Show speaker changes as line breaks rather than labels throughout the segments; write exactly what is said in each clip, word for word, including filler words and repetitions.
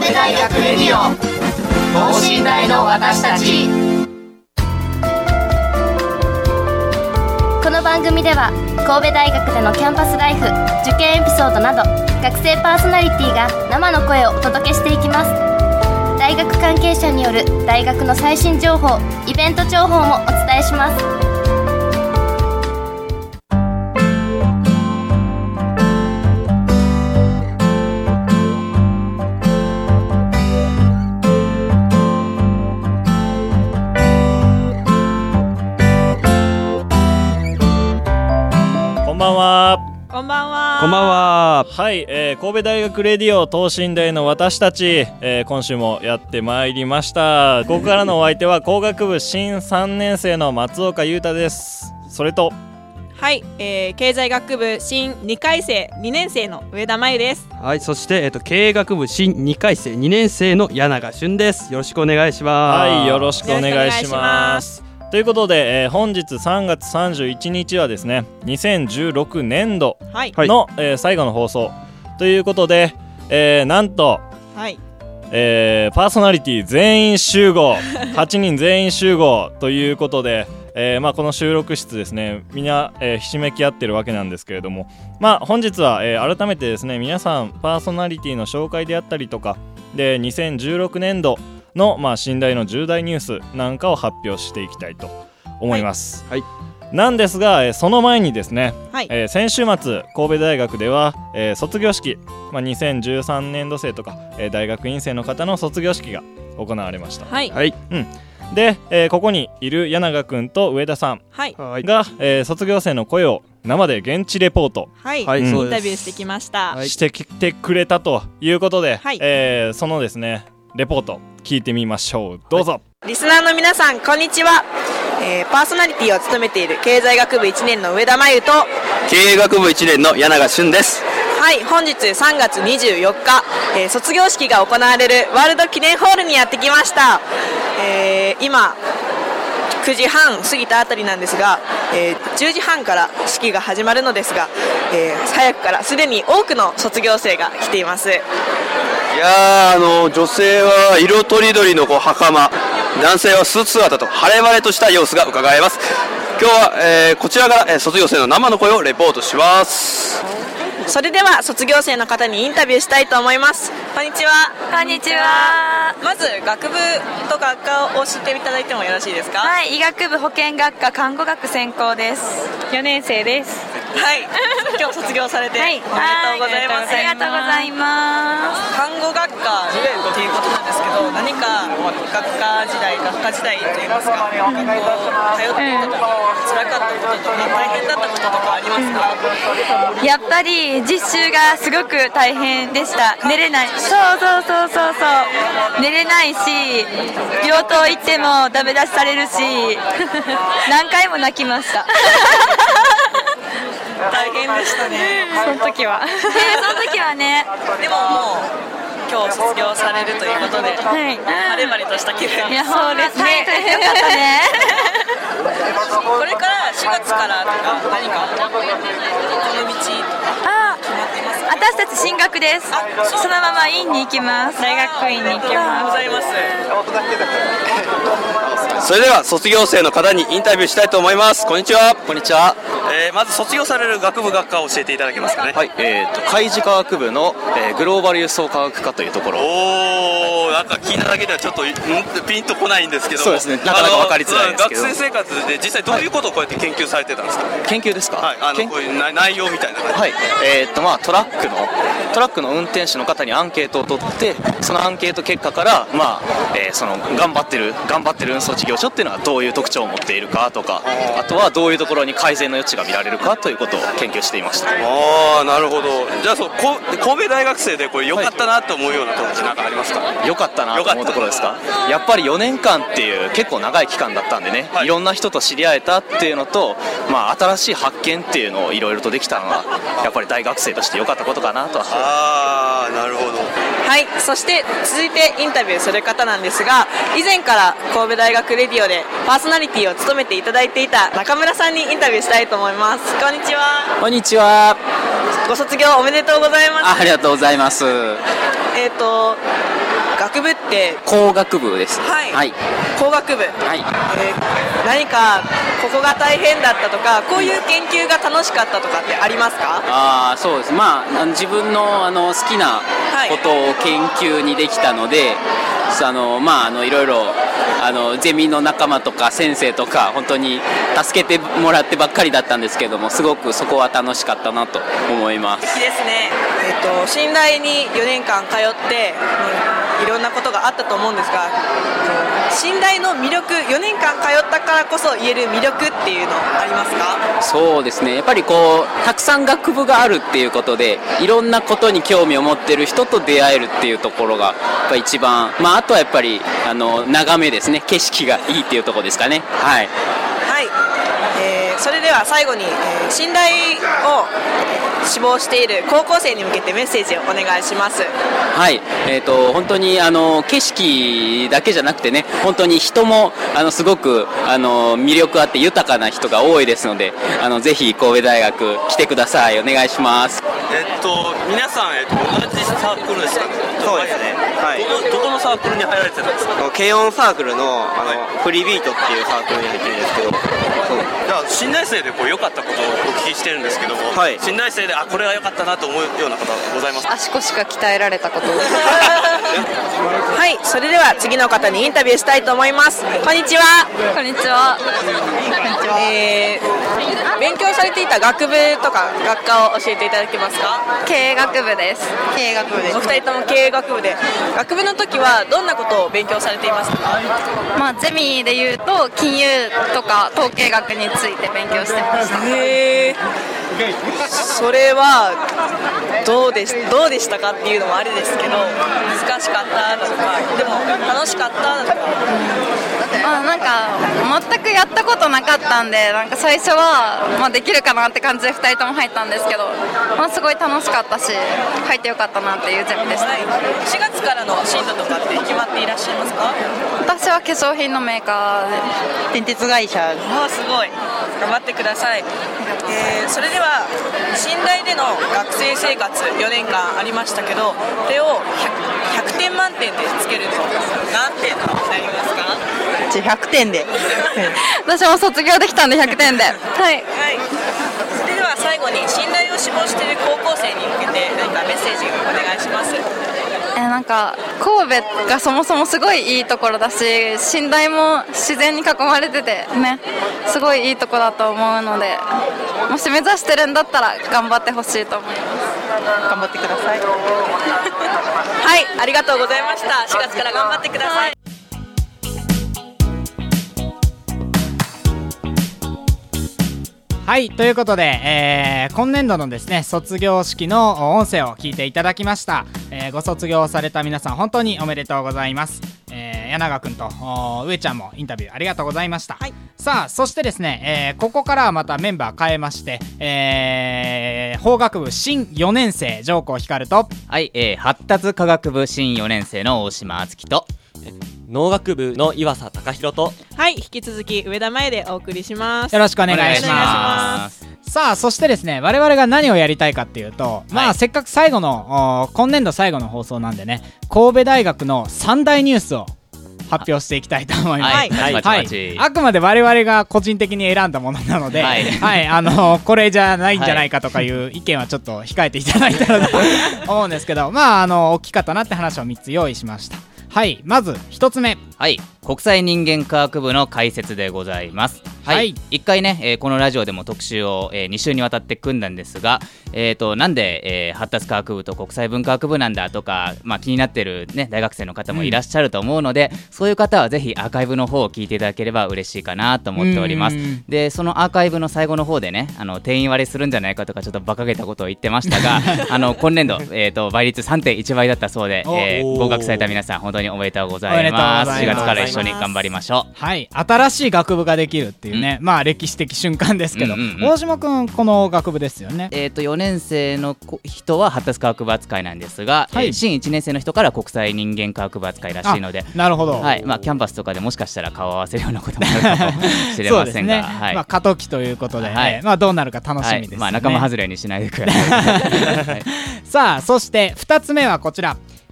戸大学レディオ等身大の私たち。
この番組では神戸大学でのキャンパスライフ、受験エピソードなど学生パーソナリティが生の声をお届けしていきます。大学関係者による大学の最新情報、イベント情報もお伝えします。
こんばんは。
こんばんは。
こんばんは。
はい、えー、神戸大学レディオ等身大の私たち、えー、今週もやってまいりました。ここからのお相手は工学部新さんねん生の松岡裕太です。それと
はい、えー、経済学部新にかい生にねん生の上田真由です。
はい、そして、えー、と経営学部新にかい生にねん生の柳永俊です。よろしくお願いします。
はい、よろしくお願いします。ということで、えー、本日さんがつさんじゅういちにちはですね、にせんじゅうろくねんどの、はいえー、最後の放送ということで、えー、なんと、
はい
えー、パーソナリティ全員集合はちにん全員集合ということで、えーまあ、この収録室ですね、みんな、えー、ひしめき合ってるわけなんですけれども、まあ、本日は、えー、改めてですね、皆さんパーソナリティの紹介であったりとかで、にせんじゅうろくねんどの、まあ、新大の重大ニュースなんかを発表していきたいと思います、はいはい、なんですが、えー、その前にですね、はいえー、先週末神戸大学では、えー、卒業式、まあ、にせんじゅうさんねんど生とか、えー、大学院生の方の卒業式が行われました。
はい、はい
うんで、えー、ここにいる柳永くんと上田さんが、はいえー、卒業生の声を生で現地レポート、
はいうん、インタビューしてきました、
はい、してきてくれたということで、はいえー、そのですねレポート聞いてみましょう。どうぞ、はい、
リスナーの皆さんこんにちは、えー、パーソナリティを務めている経済学部いちねんの上田真由と
経営学部いちねんの柳永俊です。
はい、本日さんがつにじゅうよっか、えー、卒業式が行われるワールド記念ホールにやってきました。えー、今くじはん過ぎたあたりなんですが、えー、じゅうじはんから式が始まるのですが、えー、早くからすでに多くの卒業生が来ています。
いやー、あの女性は色とりどりのこう袴、男性はスーツ姿と晴れ晴れとした様子が伺えます。今日は、えー、こちらから、えー、卒業生の生の声をレポートします。
それでは卒業生の方にインタビューしたいと思います。こんにちは。
こんにちは。
まず学部と学科を教えていただいてもよろしいですか？
はい、医学部保健学科看護学専攻です。よねん生です。
はい、今日卒業されて、はい、おめでとうございます。
ありがとうございます。
看護学科っていうことなんですけど、何か学科時代学科時代といいますか、学校通っていた時、辛かったこととか大変だったこととかありますか？
やっぱり実習がすごく大変でした。寝れない。そうそうそうそうそう寝れないし、病棟行ってもダメ出しされるし何回も泣きました
大変でしたね、
その時はその時はね。
でももう今日卒業されるということで、はい、晴れ晴れとした気分。
いや、そうですね、よかったね
これからしがつからとか何かこの道決まっていますか？
私たち進学です。そのまま院に行きます。大学院に行きます。
ありがとうございます。
それでは卒業生の方にインタビューしたいと思います。こんにちは。
こんにちは。
えー、まず卒業される学部学科を教えていただけますかね？
はい、えーと海事科学部の、えー、グローバル輸送科学科というところ。
おー、なんか聞いただけではちょっとんピンとこないんですけども、
そうですね、なかなか分かりづらいですけど、
学生生活で実際どういうことをこうやって研究されてたんですか？はい、
研究ですか？
はい、あのこういう内容みたいな感じ。
はい、えーとまあトラックのトラックの運転手の方にアンケートを取って、そのアンケート結果からまあ、えー、その頑張ってる頑張ってる運送事業所っていうのはどういう特徴を持っているかとか、あとはどういうところに改善の余地が見られるかということを研究していました。
ああ、なるほど。じゃあそうこ神戸大学生でこれ良かったなと思うようなところって何かありますか？
良かったなと思うところですか？やっぱりよねんかんっていう結構長い期間だったんでね、はい、いろんな人と知り合えたっていうのと、まあ、新しい発見っていうのをいろいろとできたのはやっぱり大学生として良かったことかなとは。
ああ、なるほど。
はい、そして続いてインタビューする方なんですが、以前から神戸大学レディオでパーソナリティを務めていただいていた中村さんにインタビューしたいと思います。こんにちは。
こんにちは。
ご卒業おめでとうございます。
あ, ありがとうございます。
えっと学部って
工学部です。
はい、
はい、
工学部、
はい、
えー、何かここが大変だったとか、こういう研究が楽しかったとかってありますか？
あー、そうです。まあ自分のあの好きなことを研究にできたので、はい、あのまああのいろいろあのゼミの仲間とか先生とか本当に助けてもらってばっかりだったんですけども、すごくそこは楽しかったなと思います。
素敵ですね。えっと信大によねんかん通って、うん、いろんなことがあったと思うんですが、信大の魅力、よねんかん通ったからこそ言える魅力っていうのありますか？
そうですね、やっぱりこうたくさん学部があるっていうことで、いろんなことに興味を持ってる人と出会えるっていうところがやっぱ一番、まあ、あとはやっぱりあの眺めですね、景色がいいっていうところですかね。はい、
はい、えー、それでは最後に、えー、信大を志望している高校生に向けてメッセージをお願いします。
はい、えーと、本当にあの景色だけじゃなくてね、本当に人もあのすごくあの魅力あって豊かな人が多いですので、あのぜひ神戸大学来てください。お願いします。
えっと皆さん、えっと、同じサークルですか？そうですね、はい、ど, どこのサークルに入られてたんですか？
軽音サークルの、あの、はい、フリービートっていうサークルに入ってるんですけど、そう
じゃあ新大生でこう良かったことをお聞きしてるんですけども、はい、新大生であこれは良かったなと思うようなことはございますか？
足腰が鍛えられたこと
はい、それでは次の方にインタビューしたいと思います。こんにちは。
こんにちは。
えー、勉強されていた学部とか学科を教えていただけますか？
経営学部です。
経営学部です。お二人とも経営学部で、学部の時はどんなことを勉強されていますか？
まあゼミでいうと金融とか統計学について勉強してました。
へー、それはどうでし、どうでしたかっていうのもあれですけど、難しかっただとか、でも楽しかっただとか、
まあ、なんか全くやったことなかったんで、なんか最初は、まあ、できるかなって感じでふたりとも入ったんですけど、まあ、すごい楽しかったし入ってよかったなっていうゼミでした。
しがつからの進路とかって決まっていらっしゃいますか？
私は化粧品のメーカーで、
電鉄会社。ああ、すごい、頑張ってください。えー、それでは信大での学生生活よねんかんありましたけど、これを ひゃくてん満点でつけると何点になりますか？
じゃひゃくてんで
私も卒業できたんでひゃくてんではい、
はい、それでは最後に信大を志望している高校生に向けて何かメッセージをお願いします。
えー、なんか神戸がそもそもすごいいいところだし、信大も自然に囲まれててね、すごいいいところだと思うので、もし目指してるんだったら頑張ってほしいと思います。
頑張ってください。
はい、ありがとうございました。しがつから頑張ってください。
はい、ということで、えー、今年度のですね卒業式の音声を聞いていただきました。えー、ご卒業された皆さん本当におめでとうございます。えー、柳川くんと上ちゃんもインタビューありがとうございました。はい、さあそしてですね、えー、ここからはまたメンバー変えまして、えー、法学部新よねん生上皇光と、
はい、えー、発達科学部新よねん生の大島敦樹と、
農学部の岩佐貴弘と、
はい、引き続き上田前でお送りします。
よろしくお願いします。さあそしてですね、我々が何をやりたいかっていうと、はい、まあせっかく最後の今年度最後の放送なんでね、神戸大学の三大ニュースを発表していきたいと思います。はい、はいはい、あくまで我々が個人的に選んだものなので、はい、はい、あのこれじゃないんじゃないかとかいう意見はちょっと控えていただいたらと思うんですけど、まああの大きかったなって話をみっつ用意しました。はい、まずひとつめ、
はい、国際人間科学部の解説でございます。はい、はい、いっかいね、えー、このラジオでも特集を、えー、に週にわたって組んだんですが、えー、となんで、えー、発達科学部と国際文化学部なんだとか、まあ、気になってる、ね、大学生の方もいらっしゃると思うので、うん、そういう方はぜひアーカイブの方を聞いていただければ嬉しいかなと思っております。でそのアーカイブの最後の方でね、あの定員割れするんじゃないかとかちょっと馬鹿げたことを言ってましたがあの今年度、えー、と倍率 さんてんいち 倍だったそうで、えー、合格された皆さん本当におめでとうございます。しがつから一緒に頑張りましょう。
はい、新しい学部ができるっていうね、うん、まあ歴史的瞬間ですけど、うんうんうん、大島くんこの学部ですよね。
えー、とよねん生の人は発達科学部扱いなんですが、はい、えー、新いちねん生の人から国際人間科学部扱いらしいので、
なるほど、
はい、まあ、キャンパスとかでもしかしたら顔を合わせるようなこともあるかもしれませんが、
ね、はい、まあ、過渡期ということで、ね、はい、まあ、どうなるか楽しみですね。はい、
まあ、仲間外れにしないでください、はい、
さあそしてふたつめはこちら、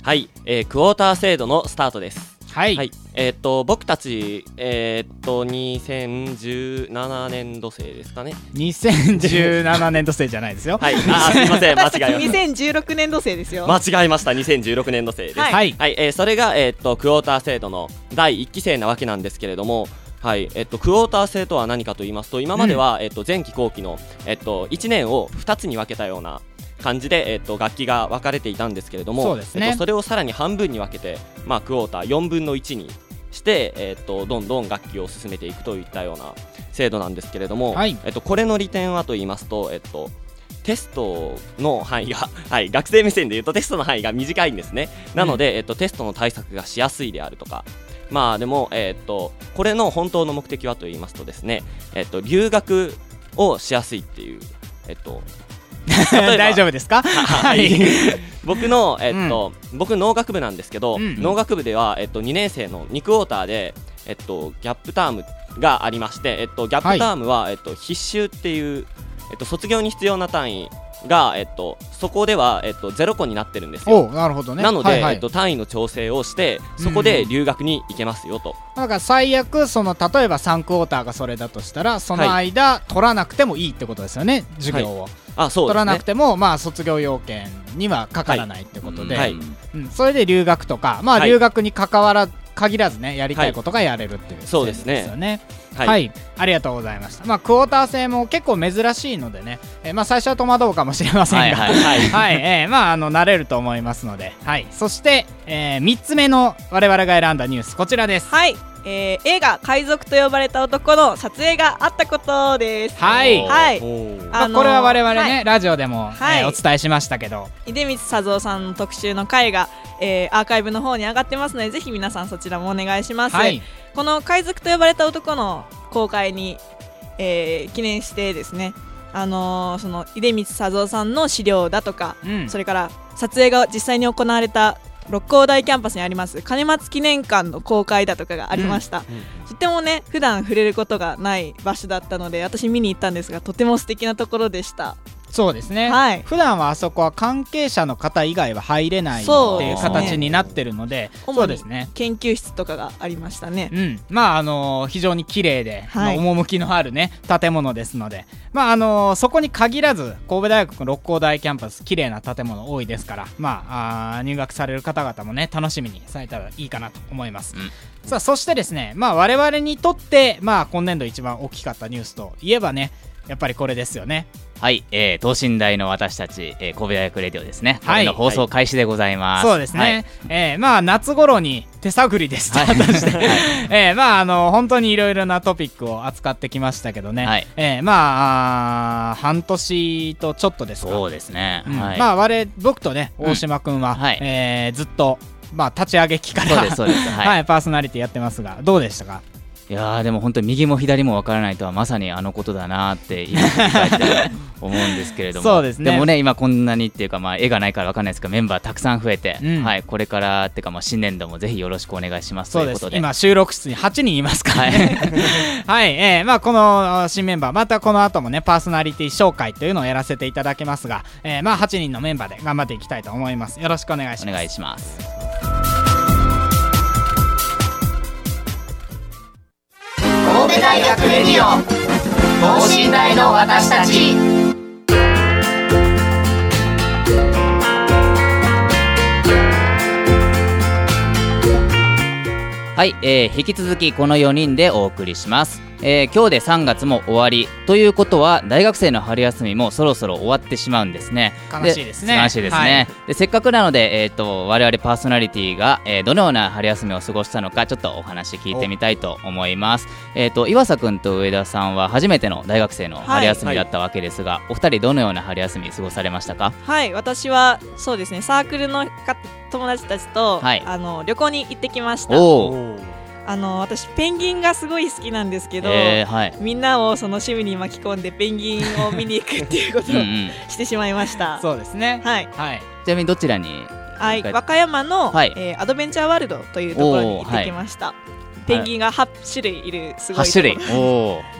はい、えー、クォーター制度のスタートです。
はい、
はい、えー、っと僕たちえー、っとにせんじゅうななねん度生ですかね。
にせんじゅうななねん度生じゃないですよ。
はい、あすいません間違えました。
にせんじゅうろくねん度生ですよ。
間違えました。にせんじゅうろくねん度生です。
はい、
はいはい、えー、それがえー、っとクォーター制度のだいいっき生なわけなんですけれども、はい、えっと、クォーター制とは何かと言いますと、今までは、うん、えっと、前期後期の、えっと、いちねんをふたつに分けたような感じで、えっと、楽器が分かれていたんですけれども、そうですね、えっと、それをさらに半分に分けて、まあ、クォーターよんぶんのいちにして、えっと、どんどん楽器を進めていくといったような制度なんですけれども、はい、えっと、これの利点はと言いますと、えっと、テストの範囲が、はい、学生目線でいうとテストの範囲が短いんですね。なので、うん、えっと、テストの対策がしやすいであるとか、まあでも、えー、っとこれの本当の目的はと言いますとですね、えー、っと留学をしやすいっていう、えー、っと
大丈夫ですか？
はい僕の、えーっとうん、僕農学部なんですけど、うんうん、農学部では、えー、っとにねん生のにクォーターで、えー、っとギャップタームがありまして、えー、っとギャップタームは、はい、えー、っと必修っていう、えー、っと卒業に必要な単位が、えっと、そこでは、えっと、ゼロ個になってるんですよ。
なるほどね。
なので、
はいはい、
えっと、単位の調整をしてそこで留学に行けますよと、
うん、だから最悪その例えばさんクォーターがそれだとしたらその間、はい、取らなくてもいいってことですよね、授業を、はい、
あそうですね、
取らなくても、まあ、卒業要件にはかからないってことで、はいうん、それで留学とか、まあ、留学に関わら限らずねやりたいことがやれるっていう、はい、
そうですね。
はい、はい、ありがとうございました。まあ、クォーター制も結構珍しいのでね、えー、まあ最初は戸惑うかもしれませんが、はいはいはいはい、えー、まああの慣れると思いますので、はい。そして、えー、みっつめの我々が選んだニュースこちらです。
はい。えー、映画海賊と呼ばれた男の撮影があったことです。
はい、
はい
まあ、これは我々ね、はい、ラジオでも、はい、えー、お伝えしましたけど、
出光佐三さんの特集の回が、えー、アーカイブの方に上がってますので、ぜひ皆さんそちらもお願いします。はい、この海賊と呼ばれた男の公開に、えー、記念してですね、あのー、その出光佐三さんの資料だとか、うん、それから撮影が実際に行われた六甲台キャンパスにあります兼松記念館の公開だとかがありました、うんうん、とてもね普段触れることがない場所だったので私見に行ったんですが、とても素敵なところでした。
そうですね、はい、普段はあそこは関係者の方以外は入れないっていう形になってるので、そうですね、
研究室とかがありましたね、
うん、まああのー、非常に綺麗で、はい、まあ、趣のあるね建物ですので、まああのー、そこに限らず神戸大学の六甲台キャンパス綺麗な建物多いですから、まあ、あ入学される方々もね楽しみにされたらいいかなと思います、うん、さあそしてですね、まあ、我々にとって、まあ、今年度一番大きかったニュースといえばね、やっぱりこれですよね。
はい、えー、等身大の私たち、えー、神戸大学レディオですね、はい、の放送開始でございます、
はい、そうですね、はい、えー、まあ夏頃に手探りでスタートして、はい、えー、まああの本当にいろいろなトピックを扱ってきましたけどね、はい、えー、まあ、あ半年とちょっとですか。
そうですね、うん、はい、
まあ我僕とね大島くんは、うん、はい、えー、ずっとまあ立ち上げ期から
そうですそうです、はい
はい、パーソナリティやってますがどうでしたか？
いやーでも本当に右も左も分からないとはまさにあのことだなって今振り返って思うんですけれども
そうですね、
でもね今こんなにっていうか、まあ絵がないから分かんないですけどメンバーたくさん増えて、うん、はい、これからっていうかまあ新年度もぜひよろしくお願いしますということで、
今収録室にはちにんいますからねはい、はい、えー、まあこの新メンバーまたこの後もねパーソナリティ紹介というのをやらせていただきますが、えー、まあはちにんのメンバーで頑張っていきたいと思います。よろしくお願いします。
お願いします。
神戸大学レディオ等身大の私たち。
はい、えー、引き続きこのよにんでお送りします。えー、今日でさんがつも終わりということは大学生の春休みもそろそろ終わってしまうんですね。
悲しいですね。
悲しいですね、はい、でせっかくなので、えー、と我々パーソナリティが、えー、どのような春休みを過ごしたのかちょっとお話聞いてみたいと思います。えー、と岩佐くんと上田さんは初めての大学生の春休みだったわけですが、はいはい、お二人どのような春休み過ごされましたか？
はい、私はそうですね、サークルの友達たちと、はい、あの旅行に行ってきました。おー、あの私ペンギンがすごい好きなんですけど、えーはい、みんなをその趣味に巻き込んでペンギンを見に行くっていうことをうん、してしまいました。
そうですね、
はい、
はい、ちなみにどちらに？
はい、和歌山の、はい、えー、アドベンチャーワールドというところに行ってきました。ペンギンがはちしゅるいいるすごいところ。はちしゅるい、お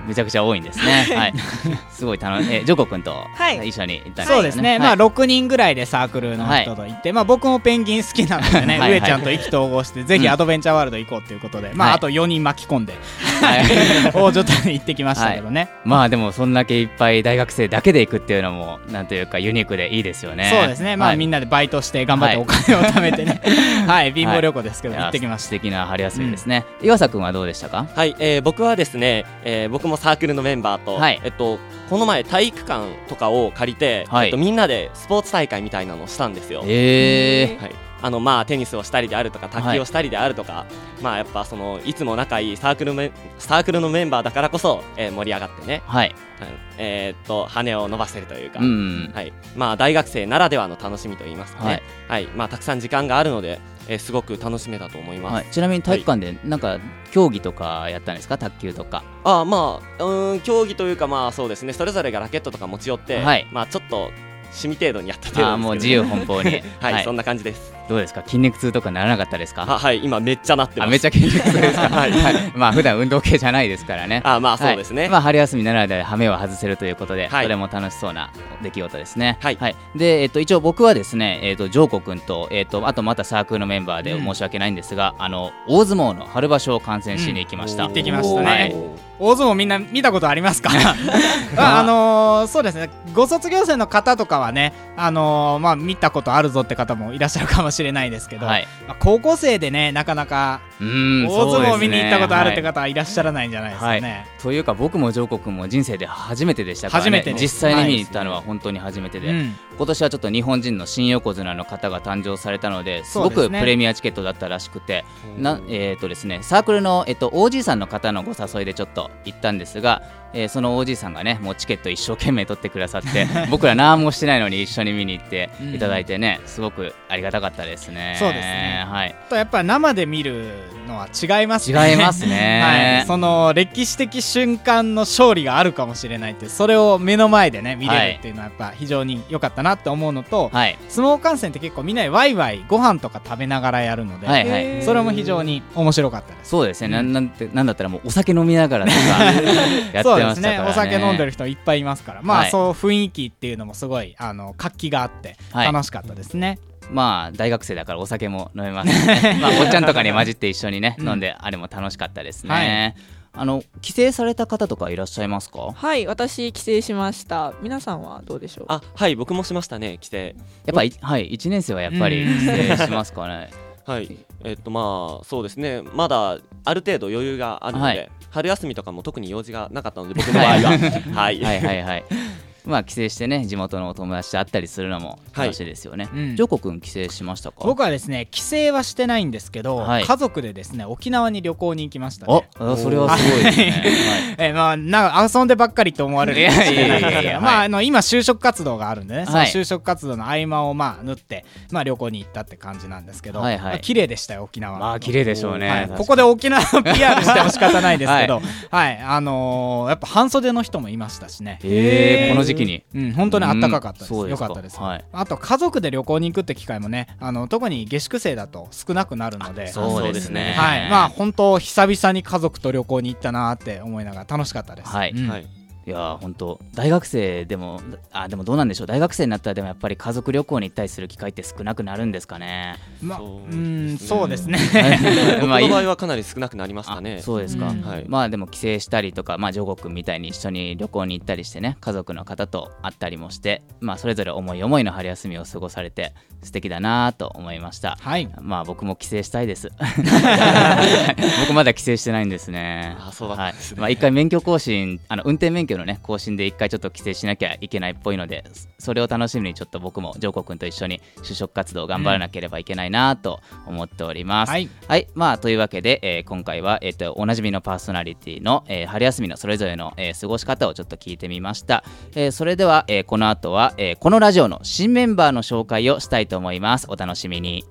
めちゃくちゃ多いんですね。はい、すごい楽しい。えジョコ君と一緒に行ったんですね。
そうですね、はい、まあろくにんぐらいでサークルの人と行って、はい、まあ僕もペンギン好きなのでね、はい、上ちゃんと意気投合してぜひアドベンチャーワールド行こうということで、うん、まああとよにん巻き込んで、はい、大所帯に行ってきましたけどね、はい、
まあでもそんだけいっぱい大学生だけで行くっていうのもなんというかユニークでいいですよね。
そうですね、まあ、はい、みんなでバイトして頑張ってお金を貯めてね、はい、貧乏旅行ですけど、はい、行ってきました。
素敵な春休みですね。うん、岩佐君はどうでしたか？
はい、えー、僕はですね、えー、僕もサークルのメンバーと、はい、えっとこの前体育館とかを借りて、はい、えっとみんなでスポーツ大会みたいなのをしたんですよ。
へー、
はい、あのまあテニスをしたりであるとか卓球をしたりであるとか、はい、まあやっぱそのいつも仲いいサークルメサークルのメンバーだからこそ、えー、盛り上がってね、はい、えー、っと羽を伸ばせるというか、うん、はい、まあ大学生ならではの楽しみといいますかね、はい、はい、まあたくさん時間があるので、えー、すごく楽しめたと思います。はい、
ちなみに体育館でなんか競技とかやったんですか？卓球とか。
ああ、まあうん競技というか、まあそうですね、それぞれがラケットとか持ち寄って、はい、まあちょっと趣味程度にやった程度ですけど、ね、あもう
自由奔放に
はい、はい、そんな感じです。
どうですか？筋肉痛とかならなかったですか？
あはい、今めっちゃなってます。
あめっちゃ筋肉痛ですか？はい、はい、まあ普段運動系じゃないですからね。
あまあそうですね、
はい、まあ春休みならで羽目を外せるということで、はい、それも楽しそうな出来事ですね。はい、はい、で、えっと、一応僕はですね、えっと、ジョーコ君と、えっと、あとまたサークルのメンバーで申し訳ないんですが、うん、あの大相撲の春場所を観戦しに行きました。
うん、行ってきましたね。はい、大相撲みんな見たことありますか？あ、あのー、そうですね、ご卒業生の方とかはね、あのー、まあ見たことあるぞって方もいらっしゃるかもしれないですけど、はい、まあ、高校生でねなかなか大相撲を見に行ったことあるって方はいらっしゃらないんじゃないですかね。はいはい、
というか僕もジョーコ君も人生で初めてでしたからね。初めて実際に見に行ったのは本当に初めてで、はい、今年はちょっと日本人の新横綱の方が誕生されたのですごくプレミアチケットだったらしくて、な、えーとですね、サークルの、えっと、おじいさんの方のご誘いでちょっと行ったんですが、えー、そのおじいさんがねもうチケット一生懸命取ってくださって僕ら何もしてないのに一緒に見に行っていただいてね、すごくありがたかったですね。
そうですね、はい、とやっぱ生で見るのは違います
ね。違いますね、
はい、その歴史的瞬間の勝利があるかもしれないって、それを目の前でね見れるっていうのはやっぱ非常に良かったなって思うのと、はい、相撲観戦って結構みんなでワイワイご飯とか食べながらやるので、はいはい、それも非常に面白かったです。
そうですね、うん、なんなんてなんだったらもうお酒飲みながらとかやってましたからね。そうですね、
お酒飲んでる人いっぱいいますから、まあ、はい、そう雰囲気っていうのもすごいあの活気があって楽しかったですね。はい、
まあ大学生だからお酒も飲めますね。まあおっちゃんとかに混じって一緒にね、うん、飲んであれも楽しかったですね。はい、あの帰省された方とかいらっしゃいますか？
はい、私帰省しました。皆さんはどうでしょう？
あはい僕もしましたね、帰省。や
っぱりはいいちねん生はやっぱり帰省しますかね。
はいえっとまあそうですね、まだある程度余裕があるので、はい、春休みとかも特に用事がなかったので僕の場合ははい
はいはいはいまあ帰省してね地元のお友達と会ったりするのも楽しいですよね。はい、うん、ジョコ君帰省しましたか？
僕はですね帰省はしてないんですけど、はい、家族でですね沖縄に旅行に行きましたね。
あそれはすごいですね。
はい、えまあなんか遊んでばっかりと思われるかもしれないですけど、まああの今就職活動があるんでね、はい、その就職活動の合間をまあ縫ってまあ旅行に行ったって感じなんですけど、はいはい、綺麗でしたよ沖縄。
まあ綺麗でしょうね。はい、
ここで沖縄の ピーアール しても仕方ないですけど、はい、はい、あのー、やっぱ半袖の人もいましたしね。
へえこの時期に。
うん本当に暖かかったです。うん、よかったです。はい、あと家族で旅行に行くって機会もね、あの特に下宿生だと少なくなるので、
そうですね。
はい、まあ本当久々に家族と旅行に行ったなって思いながら楽しかったです。
はい。うん、はいいや本当大学生でもあでもどうなんでしょう、大学生になったらでもやっぱり家族旅行に行ったりする機会って少なくなるんですかね。
まあうんそうですね。
僕の場合はかなり少なくなりましたね。
そうですか。はい、まあでも帰省したりとか、まあジョゴ君みたいに一緒に旅行に行ったりしてね、家族の方と会ったりもして、まあそれぞれ思い思いの春休みを過ごされて素敵だなと思いました。はい。まあ僕も帰省したいです。僕まだ帰省してないんですね。
あそうだったんですね。
はい、まあ一回免許更新あの運転免許のね更新で一回ちょっと帰省しなきゃいけないっぽいので、それを楽しみにちょっと僕もジョーコ君と一緒に就職活動を頑張らなければいけないなと思っております。うん、はい、はい、まあというわけで、えー、今回は、えー、とおなじみのパーソナリティの、えー、春休みのそれぞれの、えー、過ごし方をちょっと聞いてみました。えー、それでは、えー、この後は、えー、このラジオの新メンバーの紹介をしたいと思います。お楽しみに。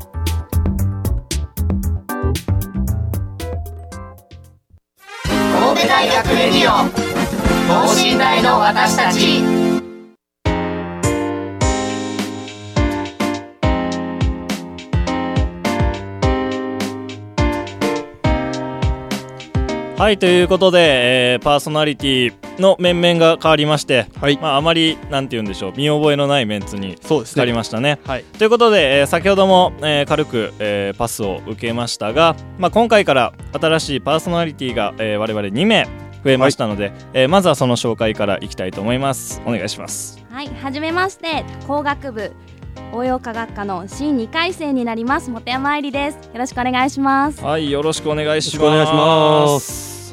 神戸大学レディオ等身大の私たち。
はい、ということで、えー、パーソナリティの面々が変わりまして、はい、まあ、あまりなんて言うんでしょう、見覚えのないメンツになりましたね。はい、ということで、えー、先ほども、えー、軽く、えー、パスを受けましたが、まあ、今回から新しいパーソナリティが、えー、我々にめい増えましたので、はい、えー、まずはその紹介からいきたいと思います。お願いします。
はい、はじめまして、工学部応用科学科の新にかい生になります本山愛理です。よろしくお願いします。
はい、よろしくお願いします。
よろしくお願いします。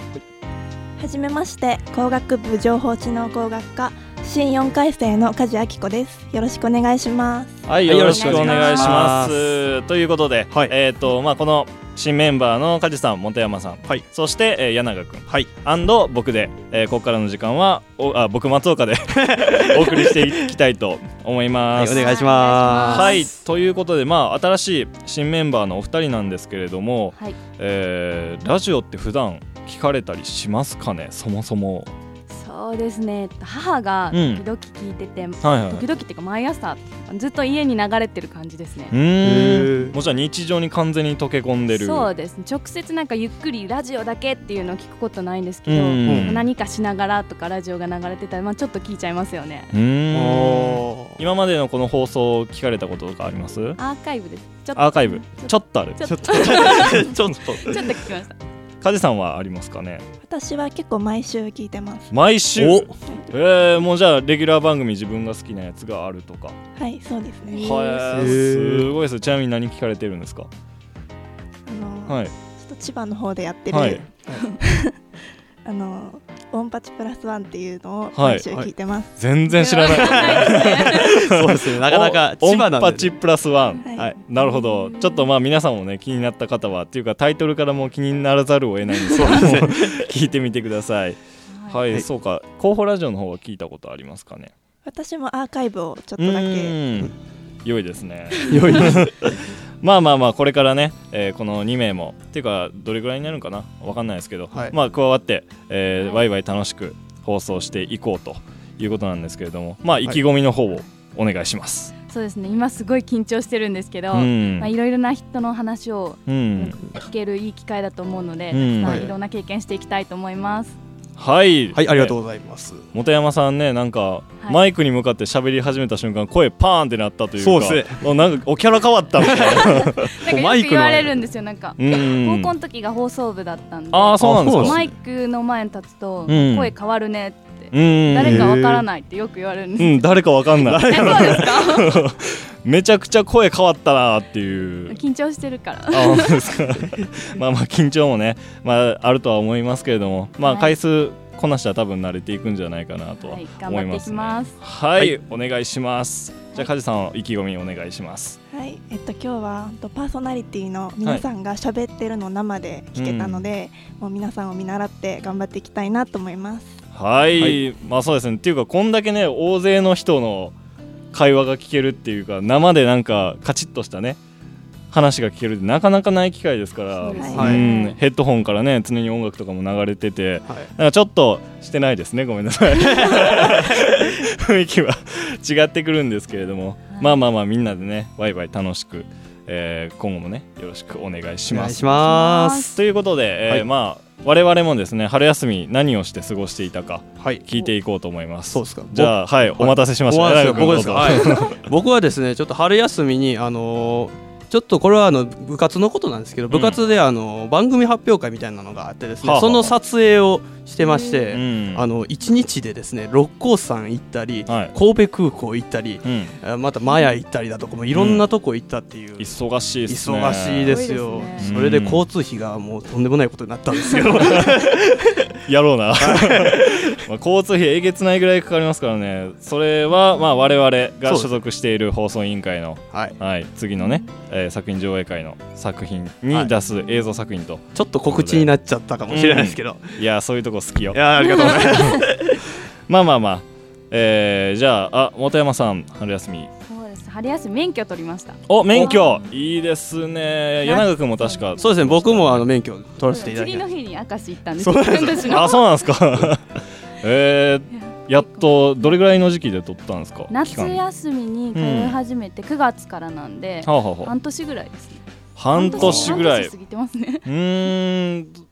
はじめまして、工学部情報知能工学科新よんかい生の梶明子です。よろしくお願いします。
はい、よろしくお願いします。ということで、はい、えっ、ー、とまあこの新メンバーの梶さん、本山さん、はい、そして、えー、柳くん、はい、アンド僕で、えー、ここからの時間はおあ僕松岡でお送りしていきたいと思います。
はい、お願いします。
はい、ということで、まあ新しい新メンバーのお二人なんですけれども、はい、えー、ラジオって普段聞かれたりしますかね、そもそも。
そうですね、母が時々聞いてて、うん、はいはい、時々っていうか毎朝ずっと家に流れてる感じですね。
うーん、もうじゃあ日常に完全に溶け込んでる。
そうですね、直接なんかゆっくりラジオだけっていうのを聞くことないんですけど、うん、何かしながらとかラジオが流れてたら、まあ、ちょっと聞いちゃいますよね。
うーん、今までのこの放送聞かれたこととかあります？
アーカイブです。
ちょっとアーカイブちょっとある。
ちょっとちょっと
ちょっと
ちょっと聞きました。
梶さんはありますかね。
私は結構毎週聞いてます。
毎週。えー、もうじゃあレギュラー番組自分が好きなやつがあるとか。
はい、そうですね。
はい、すごいです。ちなみに何聞かれてるんですか。
あのー、はい、ちょっと千葉の方でやってる、はい、あのー、オンパチプラスワンっていうのを毎週聞いてます。はいはい、
全然知らない。
そうですね、なかなか千葉なんで、ね、
オンパチプラスワン、はいはい、なるほど。ちょっとまあ皆さんもね気になった方はっていうかタイトルからも気にならざるを得ないんですけど聞いてみてください。はい、はい、そうか、広報ラジオの方は聞いたことありますかね。
私もアーカイブをちょっとだけ。
良いですね。良いです。まあまあまあこれからね、えー、このにめいもっていうかどれぐらいになるのかなわかんないですけど、はい、まあ加わって、えー、ワイワイ楽しく放送していこうということなんですけれども、まあ意気込みの方をお願いします。
はい、そうですね、今すごい緊張してるんですけど、うん、まあいろいろな人の話を聞けるいい機会だと思うので、うん、まあいろんな経験していきたいと思います。
はい、
はい、ありがとうございます。
本山さんね、なんか、はい、マイクに向かって喋り始めた瞬間声パーンってなったというか、
そうですね、
なんかおキャラ変わったみたいななんか
よく言われるんですよ。なんか高校の時が放送部だったんで、
あ、そうなんですか。
マイクの前に立つと声変わるねって、うん、誰かわからないってよく言われるんです。
うん、誰かわかんない。
え、そうですか。
めちゃくちゃ声変わったなっていう。
緊張してるから。
あ、本当ですか。まあまあ緊張もね、まああるとは思いますけれども、まあ回数こなしたら多分慣れていくんじゃないかなとは思いますね。はい、はいはい、お願いします。じゃあ梶さん、意気込みお願いします。
はい、えっと今日はパーソナリティの皆さんが喋ってるのを生で聞けたので、はい、もう皆さんを見習って頑張っていきたいなと思います。
はい、はい、まあそうですね。っていうかこんだけね大勢の人の会話が聞けるっていうか、生でなんかカチッとしたね話が聞けるってなかなかない機会ですから、うん、ヘッドホンからね常に音楽とかも流れてて、はい、なんかちょっとしてないですね、ごめんなさい。雰囲気は違ってくるんですけれども、はい、まあまあまあみんなでねワイワイ楽しく、えー、今後もねよろしくお願いします。お願い
します。
ということで、えーはい、まあ我々もですね春休み何をして過ごしていたか聞いていこうと思います。
そうですか。
じゃあ、はい、お待たせしました。
僕ですか。はい、僕はですねちょっと春休みにあのーちょっとこれはあの部活のことなんですけど、部活であの番組発表会みたいなのがあってですね、うん、その撮影をしてまして、うん、あのいちにちでですね六甲山行ったり、はい、神戸空港行ったり、うん、またマヤ行ったりだとかもいろんなとこ行ったっていう、うん、
忙しいですね。
忙しいですよ。それで交通費がもうとんでもないことになったんですけど
やろうな。まあ交通費えげつないぐらいかかりますからね。それはまあ我々が所属している放送委員会の、はいはい、次のね、えー、作品上映会の作品に出す映像作品と、はい、
ちょっと告知になっちゃったかもしれないですけど、
うん、いやそういうとこ好きよ。
いやありがとうございます。
まあまあまあ、えー、じゃあ、あ、本山さん春休み。
そうです、春休み免許取りました。
お、免許いいですね。柳君も確か。
そうですね、僕もあの免許取らせていただきました。
次の日に明石行ったんです。
あ、そうなんですか。えー、やっとどれぐらいの時期で取ったんですか。
夏休みに通い始めてくがつからなんで、うん、半年ぐらいですね。
半年ぐらい。
半年過ぎてますね。
うーん、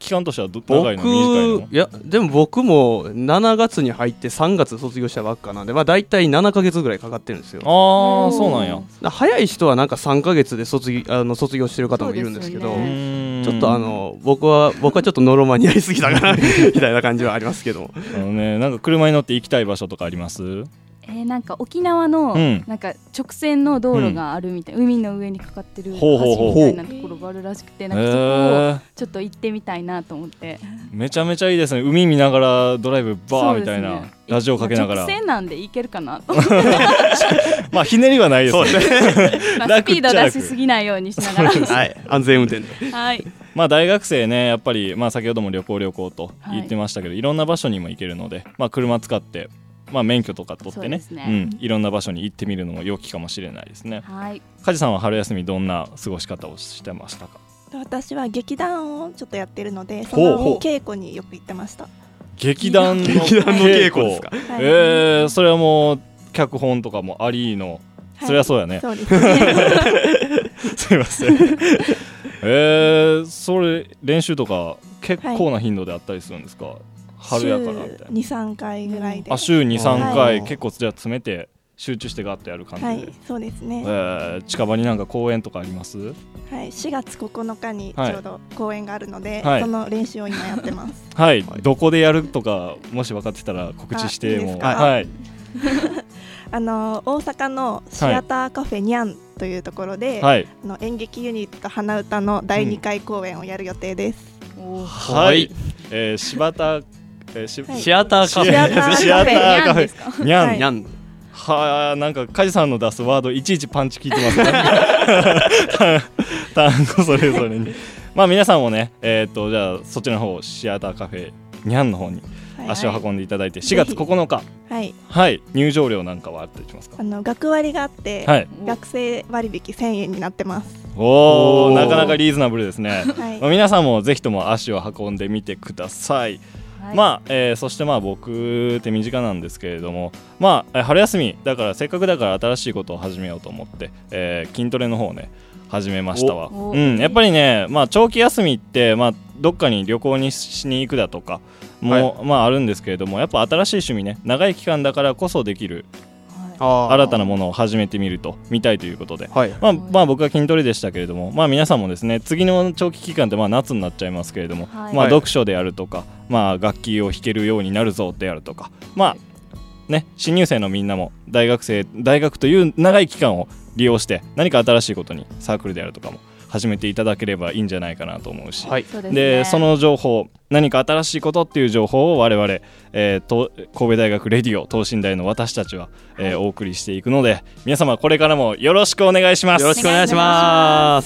期間としてはど長いの短いの？
僕いやでも僕もしちがつに入ってさんがつ卒業したばっかなんで、まあ、大体ななかげつぐらいかかってるんですよ。
ああそうなんや。
早い人はなんかさんかげつで卒業、あの卒業してる方もいるんですけど、
ね、
ちょっとあの僕は僕はちょっとノロマにやりすぎたかなみたいな感じはありますけど
あの、ね、なんか車に乗って行きたい場所とかあります？
えー、なんか沖縄の、
うん、
なんか直線の道路があるみたい、うん、海の上にかかってる橋みたいなところがあるらしくて、なんかそこをちょっと行ってみたいなと思って、え
ー、めちゃめちゃいいですね。海見ながらドライブバーみたいな、ね、ラジオかけながら
直線なんで行けるかなと
まあひねりはないですね
まあスピード出しすぎないようにしながら
はい、安全運転で
はい
まあ大学生ねやっぱり、まあ、先ほども旅行旅行と言ってましたけど、はい、いろんな場所にも行けるので、まあ、車使ってまあ、免許とか取って ね, うね、うん、いろんな場所に行ってみるのも良きかもしれないですね。
はい。
梶さんは春休みどんな過ごし方をしてましたか？
私は劇団をちょっとやってるので、その稽古によく行ってました。
劇団の稽古ですか？はい、えー、それはもう脚本とかもありの、はい、それはそうやね。
そうですね
すいませんえー、それ練習とか結構な頻度であったりするんですか？はい、春やからみたいな。
にさんかいぐらいで。
あ、週にさんかい、はい、結構じゃあ詰めて集中してガッとやる感じで。
はい、そうですね。
えー、近場になんか公演とかあります？
はい、しがつここのかにちょうど公演があるので、
はい、
その練習を今やってます。
はい、はい、どこでやるとかもし分かってたら告知しても。いいはい。
あの大阪のシアターカフェニャンというところで、
はい、
あの演劇ユニット花歌のだいにかい公演をやる予定です。
うん、はい、えー、柴田えー
はい、シアターカフェ
シアターカフェ
ニャンニャン
はあ、なんか梶さんの出すワードいちいちパンチ効いてますね単語それぞれにまあ皆さんもね、えー、っとじゃあそちらの方シアターカフェニャンの方に足を運んでいただいて、はいはい、しがつここのか、
はい、
はい、入場料なんかはあったりしますか？
あの学割があって、はい、学生割引せんえんになってます。
おー、なかなかリーズナブルですね、はい、まあ、皆さんもぜひとも足を運んでみてください。はい、まあえー、そしてまあ僕手短なんですけれども、まあ、春休みだからせっかくだから新しいことを始めようと思って、えー、筋トレの方ね始めましたわ。うん、やっぱりね、まあ、長期休みって、まあ、どっかに旅行にしに行くだとかも、はい、まあ、あるんですけれども、やっぱ新しい趣味ね長い期間だからこそできる、はい、新たなものを始めてみると見たいということで、はい、まあまあ、僕は筋トレでしたけれども、まあ、皆さんもですね次の長期期間ってまあ夏になっちゃいますけれども、はい、まあ、読書であるとか、まあ、楽器を弾けるようになるぞであるとか、まあね、新入生のみんなも大学生大学という長い期間を利用して何か新しいことにサークルであるとかも始めていただければいいんじゃないかなと思うし、はい、で、ね、その情報何か新しいことっていう情報を我々、えー、と神戸大学レディオ等身大の私たちは、えー、お送りしていくので、皆様これからもよろしくお願いします。
よろしくお願いします。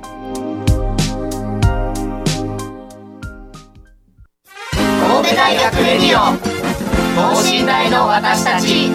神戸大学レディオ等身大の私たち。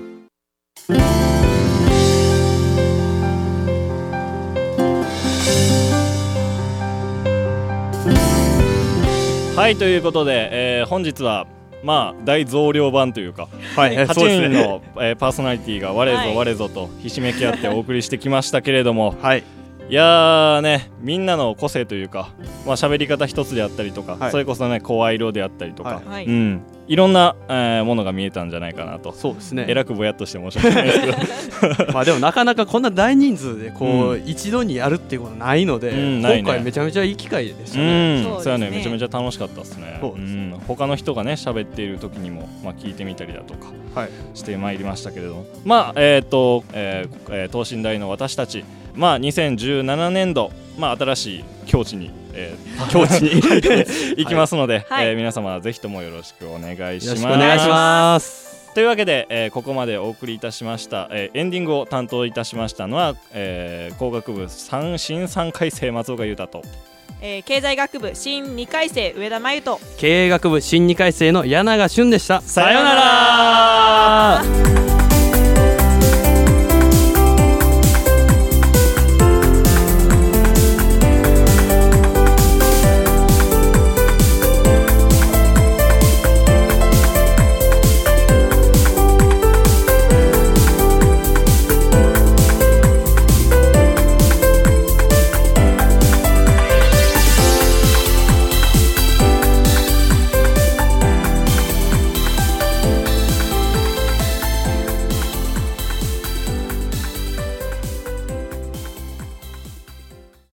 はい、ということで、えー、本日はまあ大増量版というか、はい、はちにんの、えー、パーソナリティが我ぞ我ぞとひしめき合ってお送りしてきましたけれども、はい、いやーね、みんなの個性というか、まあ、喋り方一つであったりとか、はい、それこそね声色であったりとか、はい、うん、いろんな、えー、ものが見えたんじゃないかなと。
そうですね、
えらくぼやっとして申し訳ないですけど
まあでもなかなかこんな大人数でこう、うん、一度にやるっていうことないので、うん、ないね、今回めちゃめちゃいい機会でしたね。
うん、そうですね、そうやね、めちゃめちゃ楽しかったですね。そうですね、うん、他の人がね喋っている時にも、まあ、聞いてみたりだとか、はい、してまいりましたけれども、まあえっ、ー、と、えーえー、等身大の私たち、まあ、にせんじゅうななねんど、まあ、新しい境地に、えー、境地に行きますので、はい、えー、皆様ぜひともよろしくお願いします。
よろしくお願いします。
というわけで、えー、ここまでお送りいたしました、えー、エンディングを担当いたしましたのは、えー、工学部新さんかい生松岡優太と、
えー、経済学部新にかい生上田真由と、
経営学部新にかい生の柳永俊でした。
さようなら。